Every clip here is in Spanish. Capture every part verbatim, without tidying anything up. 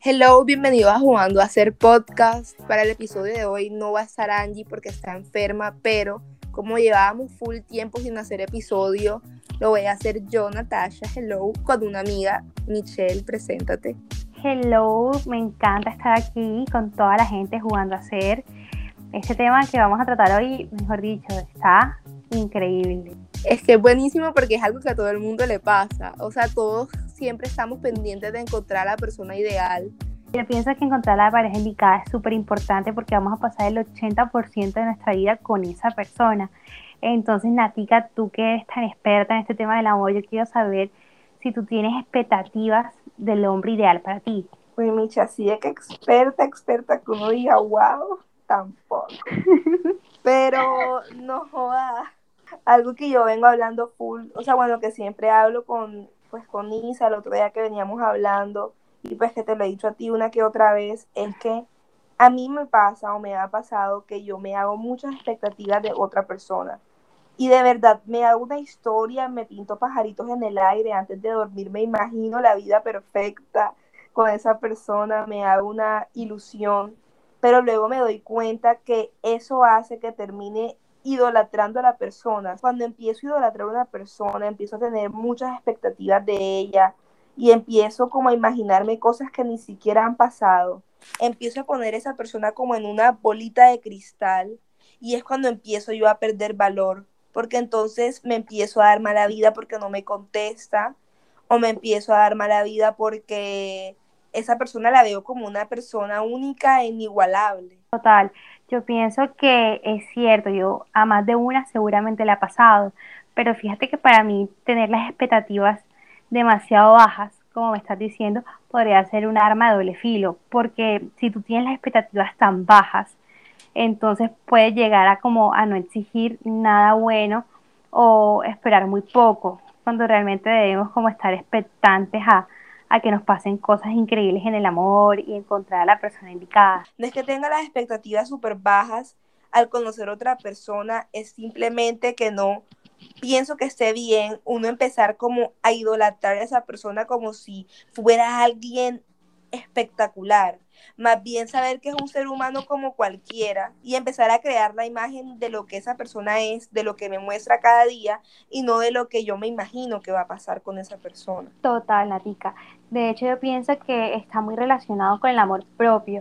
Hello, bienvenido a Jugando a Hacer Podcast. Para el episodio de hoy no va a estar Angie porque está enferma, pero como llevábamos full tiempo sin hacer episodio, lo voy a hacer yo, Natasha, hello, con una amiga. Michelle, preséntate. Hello, me encanta estar aquí con toda la gente jugando a hacer. Este tema que vamos a tratar hoy, mejor dicho, está increíble. Es que es buenísimo porque es algo que a todo el mundo le pasa. O sea, todos siempre estamos pendientes de encontrar a la persona ideal. Yo pienso que encontrar a la pareja indicada es súper importante porque vamos a pasar el ochenta por ciento de nuestra vida con esa persona. Entonces, Natica, tú que eres tan experta en este tema del amor, yo quiero saber si tú tienes expectativas del hombre ideal para ti. Pues Micha, así de que experta, experta, que uno diga, wow, tampoco. Pero no joda, algo que yo vengo hablando full, o sea, bueno, que siempre hablo con, pues con Isa, el otro día que veníamos hablando, y pues que te lo he dicho a ti una que otra vez, es que a mí me pasa o me ha pasado que yo me hago muchas expectativas de otra persona. Y de verdad, me hago una historia, me pinto pajaritos en el aire antes de dormir, me imagino la vida perfecta con esa persona, me hago una ilusión, pero luego me doy cuenta que eso hace que termine idolatrando a la persona. Cuando empiezo a idolatrar a una persona, empiezo a tener muchas expectativas de ella y empiezo como a imaginarme cosas que ni siquiera han pasado. Empiezo a poner a esa persona como en una bolita de cristal y es cuando empiezo yo a perder valor, porque entonces me empiezo a dar mala vida porque no me contesta, o me empiezo a dar mala vida porque esa persona la veo como una persona única e inigualable. Total, yo pienso que es cierto, yo a más de una seguramente le ha pasado, pero fíjate que para mí tener las expectativas demasiado bajas, como me estás diciendo, podría ser un arma de doble filo, porque si tú tienes las expectativas tan bajas, entonces puedes llegar a como a no exigir nada bueno o esperar muy poco, cuando realmente debemos como estar expectantes a, a que nos pasen cosas increíbles en el amor y encontrar a la persona indicada. No es que tenga las expectativas súper bajas al conocer otra persona, es simplemente que no pienso que esté bien uno empezar como a idolatrar a esa persona como si fuera alguien espectacular. Más bien saber que es un ser humano como cualquiera y empezar a crear la imagen de lo que esa persona es, de lo que me muestra cada día y no de lo que yo me imagino que va a pasar con esa persona. Total, Natica. De hecho, yo pienso que está muy relacionado con el amor propio,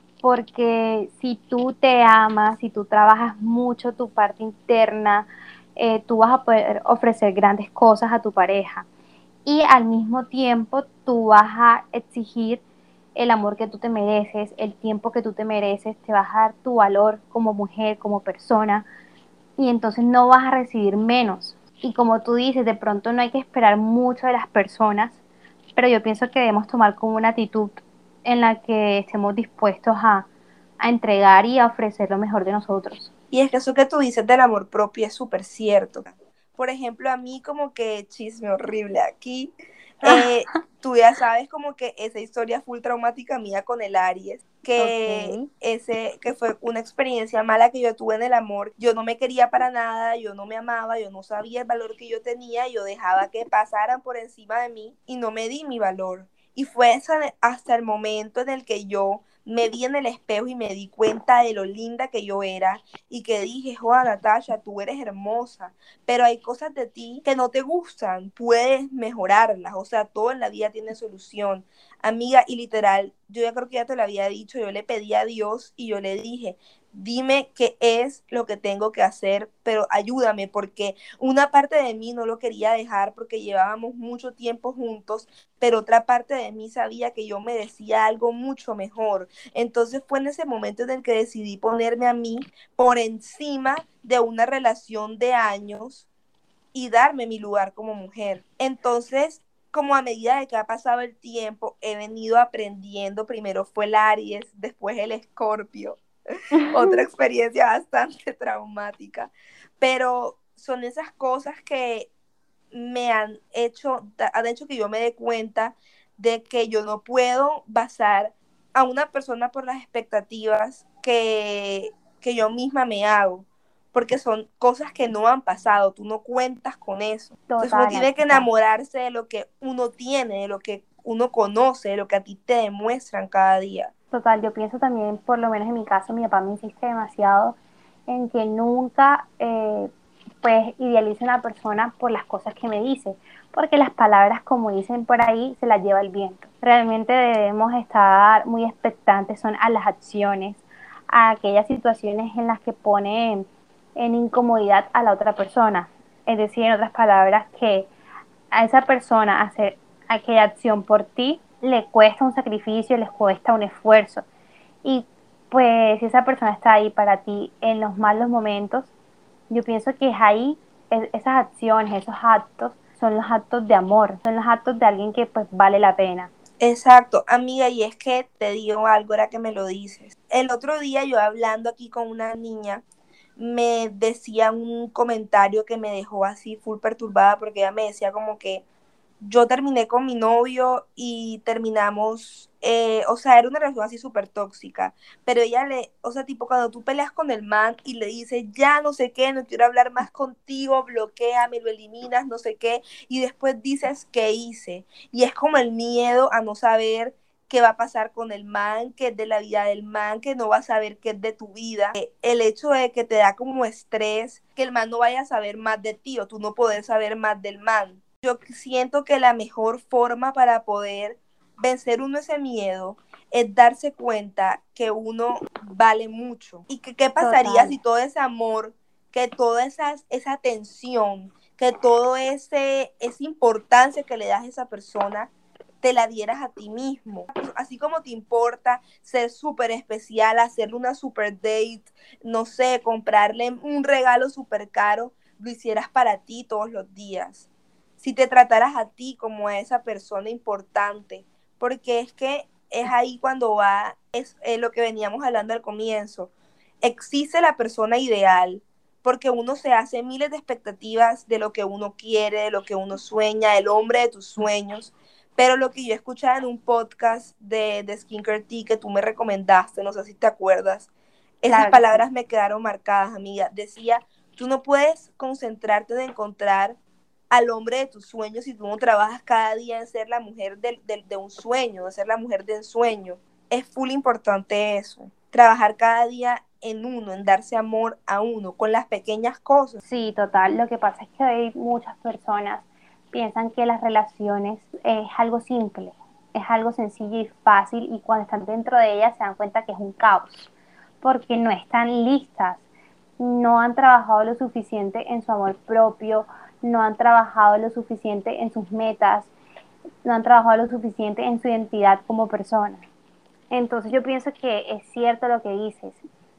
porque si tú te amas, si tú trabajas mucho tu parte interna, eh, tú vas a poder ofrecer grandes cosas a tu pareja y al mismo tiempo tú vas a exigir el amor que tú te mereces, el tiempo que tú te mereces, te vas a dar tu valor como mujer, como persona y entonces no vas a recibir menos. Y como tú dices, de pronto no hay que esperar mucho de las personas, pero yo pienso que debemos tomar como una actitud en la que estemos dispuestos a, a entregar y a ofrecer lo mejor de nosotros. Y es que eso que tú dices del amor propio es súper cierto. Por ejemplo, a mí como que chisme horrible aquí. Eh, tú ya sabes como que esa historia full traumática mía con el Aries, que, Ok. ese, que fue una experiencia mala que yo tuve en el amor. Yo no me quería para nada, yo no me amaba, yo no sabía el valor que yo tenía, yo dejaba que pasaran por encima de mí y no me di mi valor. Y fue hasta el momento en el que yo me vi en el espejo y me di cuenta de lo linda que yo era y que dije, Juan, Natasha, tú eres hermosa, pero hay cosas de ti que no te gustan, puedes mejorarlas, o sea, todo en la vida tiene solución. Amiga, y literal, yo ya creo que ya te lo había dicho, yo le pedí a Dios y yo le dije, dime qué es lo que tengo que hacer, pero ayúdame, porque una parte de mí no lo quería dejar porque llevábamos mucho tiempo juntos, pero otra parte de mí sabía que yo merecía algo mucho mejor. Entonces fue en ese momento en el que decidí ponerme a mí por encima de una relación de años y darme mi lugar como mujer. Entonces, como a medida de que ha pasado el tiempo, he venido aprendiendo, primero fue el Aries, después el Escorpio, otra experiencia bastante traumática, pero son esas cosas que me han hecho, han hecho que yo me dé cuenta de que yo no puedo basar a una persona por las expectativas que, que yo misma me hago, porque son cosas que no han pasado, tú no cuentas con eso. Entonces uno Total, tiene que Natica. enamorarse de lo que uno tiene, de lo que uno conoce, lo que a ti te demuestran cada día. Total, yo pienso también, por lo menos en mi caso, mi papá me insiste demasiado en que nunca eh, pues idealice a una persona por las cosas que me dice, porque las palabras, como dicen por ahí, se las lleva el viento. Realmente debemos estar muy expectantes son a las acciones, a aquellas situaciones en las que ponen en incomodidad a la otra persona. Es decir, en otras palabras, que a esa persona hacer aquella acción por ti le cuesta un sacrificio, les cuesta un esfuerzo. Y pues si esa persona está ahí para ti en los malos momentos, yo pienso que es ahí, es, esas acciones, esos actos, son los actos de amor, son los actos de alguien que pues vale la pena. Exacto, amiga, y es que te digo algo ahora que me lo dices. El otro día yo hablando aquí con una niña, me decía un comentario que me dejó así full perturbada porque ella me decía como que yo terminé con mi novio y terminamos, eh, o sea, era una relación así súper tóxica, pero ella le, o sea, tipo cuando tú peleas con el man y le dices, ya no sé qué, no quiero hablar más contigo, bloqueame, lo eliminas, no sé qué, y después dices, ¿qué hice? Y es como el miedo a no saber qué va a pasar con el man, qué es de la vida del man, que no va a saber qué es de tu vida. El hecho de que te da como estrés, que el man no vaya a saber más de ti o tú no poder saber más del man. Yo siento que la mejor forma para poder vencer uno ese miedo es darse cuenta que uno vale mucho. ¿Y que, qué pasaría Total. si todo ese amor, que toda esa, esa atención, que todo ese esa importancia que le das a esa persona, te la dieras a ti mismo? Así como te importa ser súper especial, hacerle una super date, no sé, comprarle un regalo súper caro, lo hicieras para ti todos los días. Si te trataras a ti como a esa persona importante, porque es que es ahí cuando va, es eh, lo que veníamos hablando al comienzo, existe la persona ideal, porque uno se hace miles de expectativas de lo que uno quiere, de lo que uno sueña, el hombre de tus sueños, pero lo que yo escuchaba en un podcast de, de Skincare Tea que tú me recomendaste, no sé si te acuerdas, esas Claro que sí. palabras me quedaron marcadas, amiga. Decía, tú no puedes concentrarte en encontrar al hombre de tus sueños si tú no trabajas cada día en ser la mujer de, de, de un sueño, de ser la mujer de ensueño. Es full importante eso. Trabajar cada día en uno, en darse amor a uno, con las pequeñas cosas. Sí, total. Lo que pasa es que hoy muchas personas piensan que las relaciones es algo simple, es algo sencillo y fácil, y cuando están dentro de ellas se dan cuenta que es un caos, porque no están listas, no han trabajado lo suficiente en su amor propio, no han trabajado lo suficiente en sus metas, no han trabajado lo suficiente en su identidad como persona. Entonces yo pienso que es cierto lo que dices.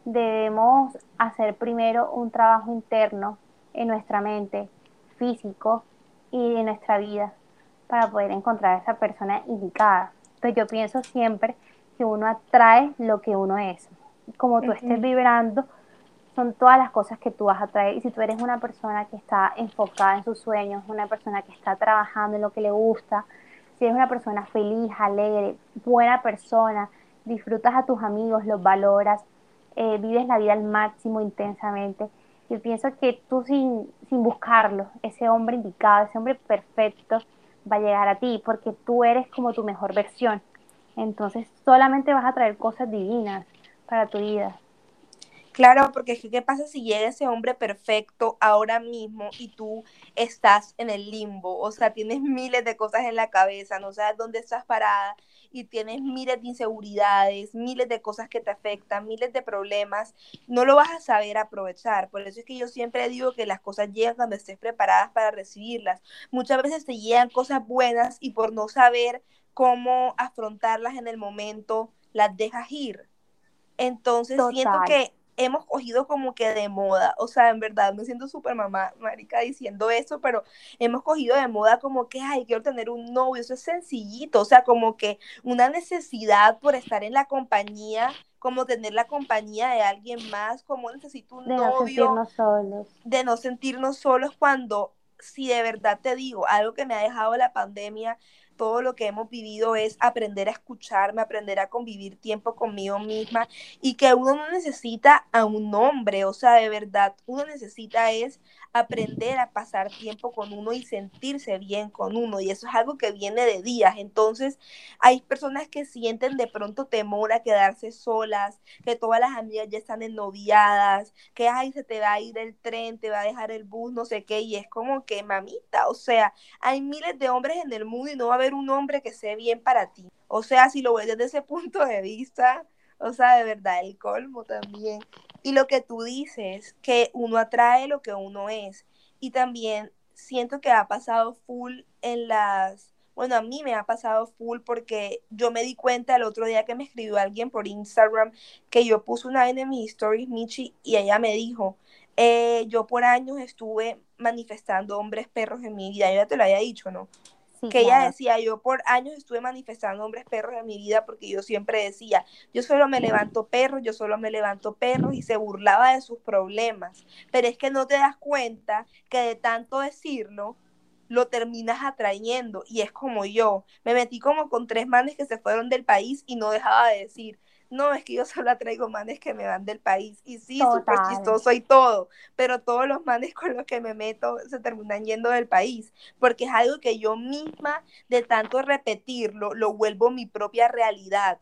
Debemos hacer primero un trabajo interno en nuestra mente, físico y en nuestra vida para poder encontrar a esa persona indicada. Pues yo pienso siempre que uno atrae lo que uno es. Como tú estés Ujú. vibrando, son todas las cosas que tú vas a traer. Y si tú eres una persona que está enfocada en sus sueños, una persona que está trabajando en lo que le gusta, si eres una persona feliz, alegre, buena persona, disfrutas a tus amigos, los valoras, eh, vives la vida al máximo intensamente, yo pienso que tú sin, sin buscarlo, ese hombre indicado, ese hombre perfecto, va a llegar a ti porque tú eres como tu mejor versión. Entonces solamente vas a traer cosas divinas para tu vida. Claro, porque es que qué pasa si llega ese hombre perfecto ahora mismo y tú estás en el limbo, o sea, tienes miles de cosas en la cabeza, no sabes dónde estás parada y tienes miles de inseguridades, miles de cosas que te afectan, miles de problemas, no lo vas a saber aprovechar. Por eso es que yo siempre digo que las cosas llegan cuando estés preparadas para recibirlas. Muchas veces te llegan cosas buenas y por no saber cómo afrontarlas en el momento, las dejas ir. Entonces siento Total. que hemos cogido como que de moda, o sea, en verdad me siento súper mamá, marica, diciendo eso, pero hemos cogido de moda como que, ay, quiero tener un novio, eso es sencillito, o sea, como que una necesidad por estar en la compañía, como tener la compañía de alguien más, como necesito un De no novio, sentirnos solos. de no sentirnos solos cuando, si de verdad te digo, algo que me ha dejado la pandemia, todo lo que hemos vivido es aprender a escucharme, aprender a convivir tiempo conmigo misma y que uno no necesita a un hombre, o sea, de verdad, uno necesita es aprender a pasar tiempo con uno y sentirse bien con uno y eso es algo que viene de días. Entonces, hay personas que sienten de pronto temor a quedarse solas, que todas las amigas ya están ennoviadas, que ay, se te va a ir el tren, te va a dejar el bus, no sé qué, y es como que mamita, o sea, hay miles de hombres en el mundo y no va a haber un hombre que sea bien para ti. O sea, si lo ves desde ese punto de vista, o sea, de verdad, el colmo también. Y lo que tú dices, que uno atrae lo que uno es. Y también siento que ha pasado full en las, bueno, a mí me ha pasado full porque yo me di cuenta el otro día que me escribió alguien por Instagram que yo puse una vez en mis stories, Michi, y ella me dijo, eh, yo por años estuve manifestando hombres perros en mi vida, yo ya te lo había dicho, ¿no? Sí, Que ella claro. decía, yo por años estuve manifestando hombres perros en mi vida porque yo siempre decía, yo solo me levanto perros, yo solo me levanto perros y se burlaba de sus problemas. Pero es que no te das cuenta que de tanto decirlo, lo terminas atrayendo y es como yo, me metí como con tres manes que se fueron del país y no dejaba de decir, no, es que yo solo atraigo manes que me van del país y sí, súper Total. chistoso y todo, pero todos los manes con los que me meto se terminan yendo del país porque es algo que yo misma, de tanto repetirlo, lo vuelvo mi propia realidad.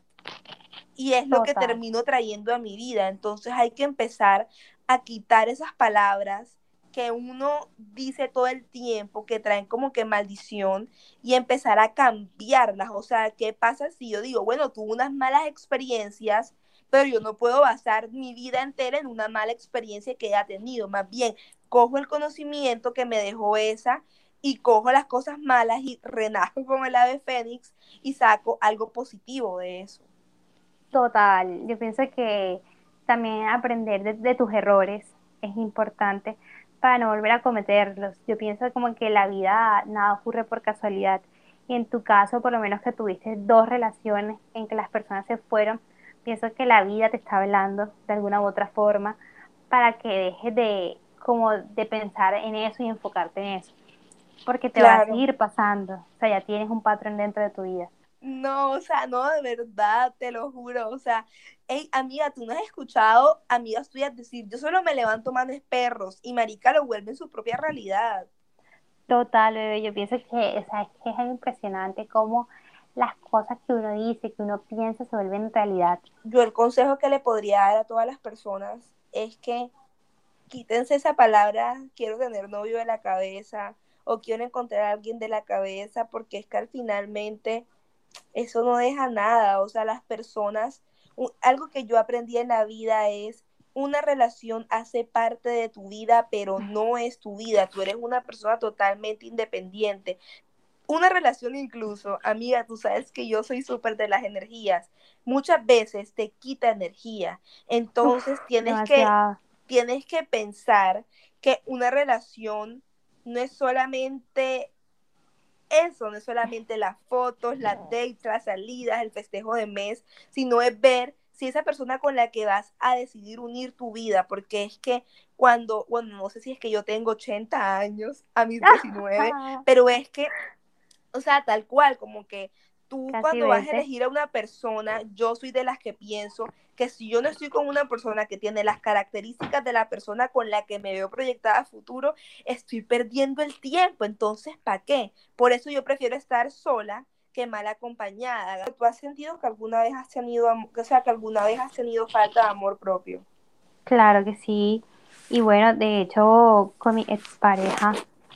Y es lo que Total. termino trayendo a mi vida. Entonces hay que empezar a quitar esas palabras que uno dice todo el tiempo, que traen como que maldición, y empezar a cambiarlas. O sea, ¿qué pasa si yo digo, bueno, tuve unas malas experiencias, pero yo no puedo basar mi vida entera en una mala experiencia que haya tenido? Más bien, cojo el conocimiento que me dejó esa y cojo las cosas malas y renazco como el ave fénix y saco algo positivo de eso. Total, yo pienso que también aprender de, de tus errores es importante para no volver a cometerlos. Yo pienso como que la vida nada ocurre por casualidad. Y en tu caso, por lo menos que tuviste dos relaciones en que las personas se fueron, pienso que la vida te está hablando de alguna u otra forma para que dejes de como de pensar en eso y enfocarte en eso, porque te va a Claro. seguir pasando. O sea, ya tienes un patrón dentro de tu vida. No, o sea, no, de verdad, te lo juro. O sea, hey, amiga, tú no has escuchado amigas tuyas decir, yo solo me levanto manes perros y marica lo vuelve en su propia realidad. Total, bebé, yo pienso que, o sea, es que es impresionante cómo las cosas que uno dice, que uno piensa, se vuelven realidad. Yo el consejo que le podría dar a todas las personas es que quítense esa palabra, quiero tener novio de la cabeza o quiero encontrar a alguien de la cabeza, porque es que al finalmente eso no deja nada. O sea, las personas, un, algo que yo aprendí en la vida es, una relación hace parte de tu vida, pero no es tu vida. Tú eres una persona totalmente independiente. Una relación incluso, amiga, tú sabes que yo soy súper de las energías. Muchas veces te quita energía. Uf, Entonces tienes que, demasiado. tienes que pensar que una relación no es solamente eso, no es solamente las fotos, las dates, las salidas, el festejo de mes, sino es ver si esa persona con la que vas a decidir unir tu vida, porque es que cuando, bueno, no sé si es que yo tengo ochenta años a mis diecinueve, pero es que, o sea, tal cual, como que tú Casi cuando vas a veinte. elegir a una persona, yo soy de las que pienso que si yo no estoy con una persona que tiene las características de la persona con la que me veo proyectada a futuro, estoy perdiendo el tiempo. Entonces, ¿para qué? Por eso yo prefiero estar sola que mal acompañada. ¿Tú has sentido que alguna vez has tenido, o sea, que alguna vez has tenido falta de amor propio? Claro que sí. Y bueno, de hecho, con mi expareja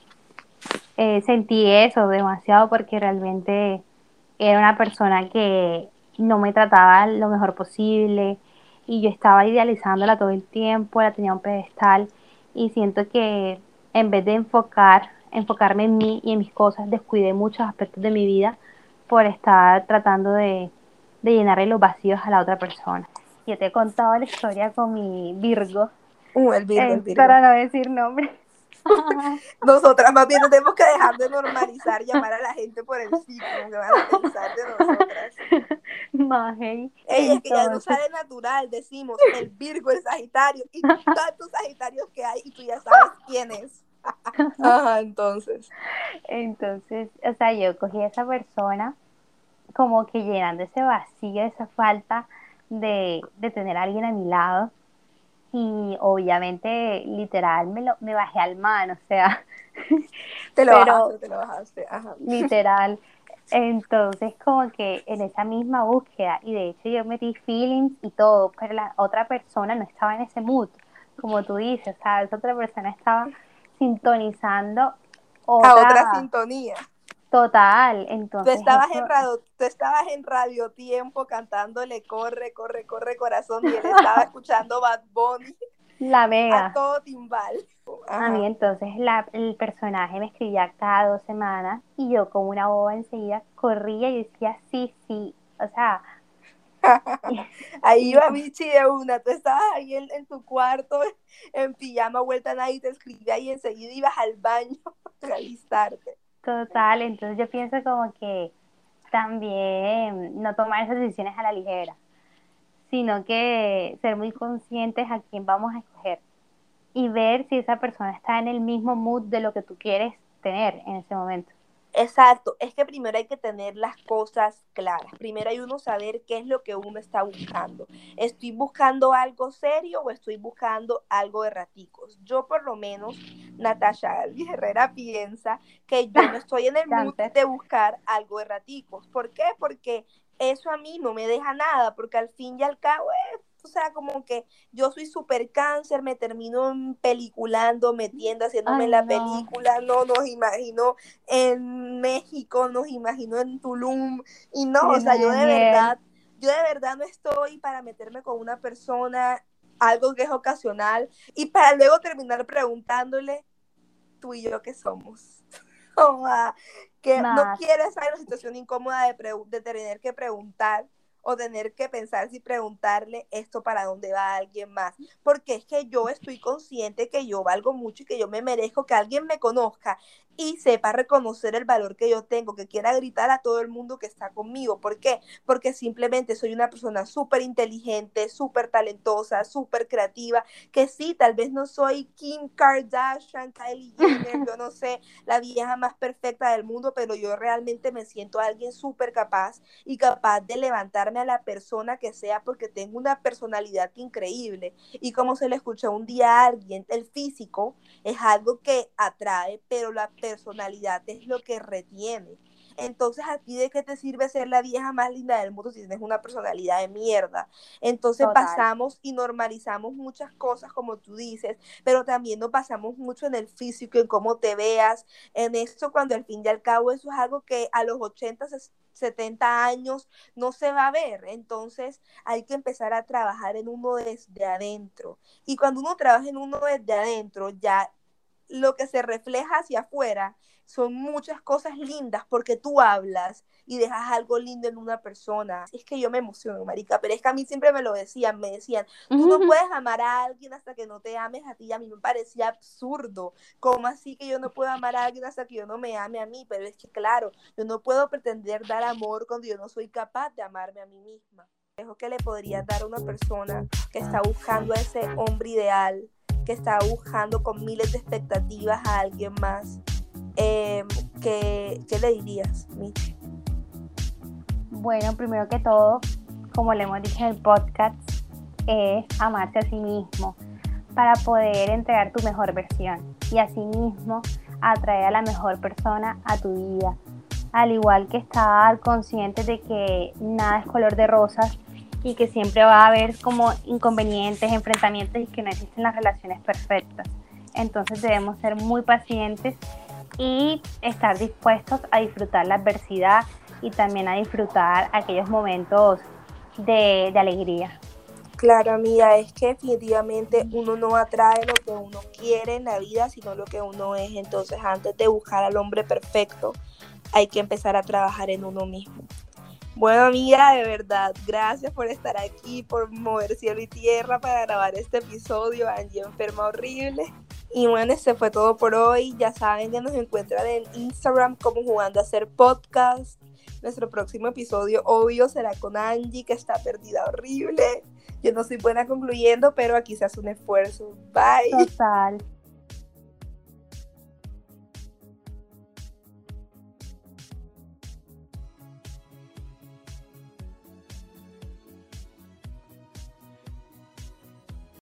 eh, sentí eso demasiado porque realmente era una persona que no me trataba lo mejor posible y yo estaba idealizándola todo el tiempo, la tenía un pedestal y siento que en vez de enfocar, enfocarme en mí y en mis cosas, descuidé muchos aspectos de mi vida por estar tratando de, de llenarle los vacíos a la otra persona. Yo te he contado la historia con mi Virgo, Uh, el Virgo, el eh, Virgo. para no decir nombres. Nosotras más bien tenemos que dejar de normalizar llamar a la gente por el signo, que van a pensar de nosotras. Maje, Ey, es que ya no entonces, sale natural, decimos el Virgo, el Sagitario y tantos Sagitarios que hay y tú ya sabes quién es. Ajá, entonces. Entonces, o sea, yo cogí a esa persona como que llenando ese vacío, esa falta de, de tener a alguien a mi lado. Y obviamente, literal, me, lo, me bajé al man, o sea, Te lo pero bajaste, te lo bajaste. Ajá. literal. Entonces, como que en esa misma búsqueda, y de hecho yo metí feelings y todo, pero la otra persona no estaba en ese mood, como tú dices, o sea, esa otra persona estaba sintonizando A otra otra sintonía. total, Tú entonces estabas en eso, radio, tú estabas en Radio Tiempo cantándole corre, corre, corre corazón y él estaba escuchando Bad Bunny la a mega. todo timbal. A mí Ajá. entonces la, el personaje me escribía cada dos semanas y yo como una boba enseguida corría y decía sí, sí, o sea, Ahí y iba Michi de una, tú estabas ahí en, en tu cuarto en pijama, vuelta a nadie te escribía y enseguida ibas al baño a alistarte. total, entonces yo pienso como que también no tomar esas decisiones a la ligera, sino que ser muy conscientes a quién vamos a escoger y ver si esa persona está en el mismo mood de lo que tú quieres tener en ese momento. Exacto, es que primero hay que tener las cosas claras. Primero hay uno saber qué es lo que uno está buscando. ¿Estoy buscando algo serio o estoy buscando algo de raticos? Yo por lo menos, Natasha Galvis Herrera piensa que yo no estoy en el mood Cáncer. de buscar algo de raticos. ¿Por qué? Porque eso a mí no me deja nada, porque al fin y al cabo es, o sea, como que yo soy súper cáncer, me termino peliculando, metiendo, haciéndome Ay, la no, película, no nos imagino en México, nos imagino en Tulum, y no, o sea, luna yo de de miel. verdad, yo de verdad no estoy para meterme con una persona, algo que es ocasional, y para luego terminar preguntándole, tú y yo qué somos. O sea, que no Nada, quiero estar en una situación incómoda de, pre- de tener que preguntar o tener que pensar si preguntarle esto para dónde va alguien más. Porque es que yo estoy consciente que yo valgo mucho y que yo me merezco que alguien me conozca y sepa reconocer el valor que yo tengo, que quiera gritar a todo el mundo que está conmigo. ¿Por qué? Porque simplemente soy una persona súper inteligente, súper talentosa, súper creativa, que sí, tal vez no soy Kim Kardashian, Kylie Jenner, yo no sé, la vieja más perfecta del mundo, pero yo realmente me siento alguien súper capaz y capaz de levantarme a la persona que sea porque tengo una personalidad increíble. Y como se le escuchó un día a alguien, el físico es algo que atrae, pero la personalidad es lo que retiene. Entonces, ¿a ti de qué te sirve ser la vieja más linda del mundo si tienes una personalidad de mierda? Entonces total. basamos y normalizamos muchas cosas, como tú dices, pero también nos basamos mucho en el físico, en cómo te veas, en esto, cuando al fin y al cabo eso es algo que a los ochenta, setenta años no se va a ver. Entonces hay que empezar a trabajar en uno desde adentro. Y cuando uno trabaja en uno desde adentro, ya lo que se refleja hacia afuera son muchas cosas lindas porque tú hablas y dejas algo lindo en una persona. Es que yo me emociono, marica, pero es que a mí siempre me lo decían, me decían, tú no puedes amar a alguien hasta que no te ames a ti. Y a mí me parecía absurdo. ¿Cómo así que yo no puedo amar a alguien hasta que yo no me ame a mí? Pero es que, claro, yo no puedo pretender dar amor cuando yo no soy capaz de amarme a mí misma. Dejo que le podría dar a una persona que está buscando a ese hombre ideal, que está buscando con miles de expectativas a alguien más. Eh, ¿qué, ¿Qué le dirías, Michi? Bueno, primero que todo, como le hemos dicho en el podcast, es amarse a sí mismo para poder entregar tu mejor versión y asimismo atraer a la mejor persona a tu vida. Al igual que estar consciente de que nada es color de rosas y que siempre va a haber como inconvenientes, enfrentamientos y que no existen las relaciones perfectas. Entonces debemos ser muy pacientes y estar dispuestos a disfrutar la adversidad y también a disfrutar aquellos momentos de, de alegría. Claro, amiga, es que definitivamente uno no atrae lo que uno quiere en la vida, sino lo que uno es. Entonces, antes de buscar al hombre perfecto, hay que empezar a trabajar en uno mismo. Bueno, amiga, de verdad, gracias por estar aquí, por mover cielo y tierra para grabar este episodio. Angie enferma horrible. Y bueno, este fue todo por hoy. Ya saben que nos encuentran en Instagram como Jugando a Hacer Podcast. Nuestro próximo episodio, obvio, será con Angie, que está perdida horrible. Yo no soy buena concluyendo, pero aquí se hace un esfuerzo. Bye. Total.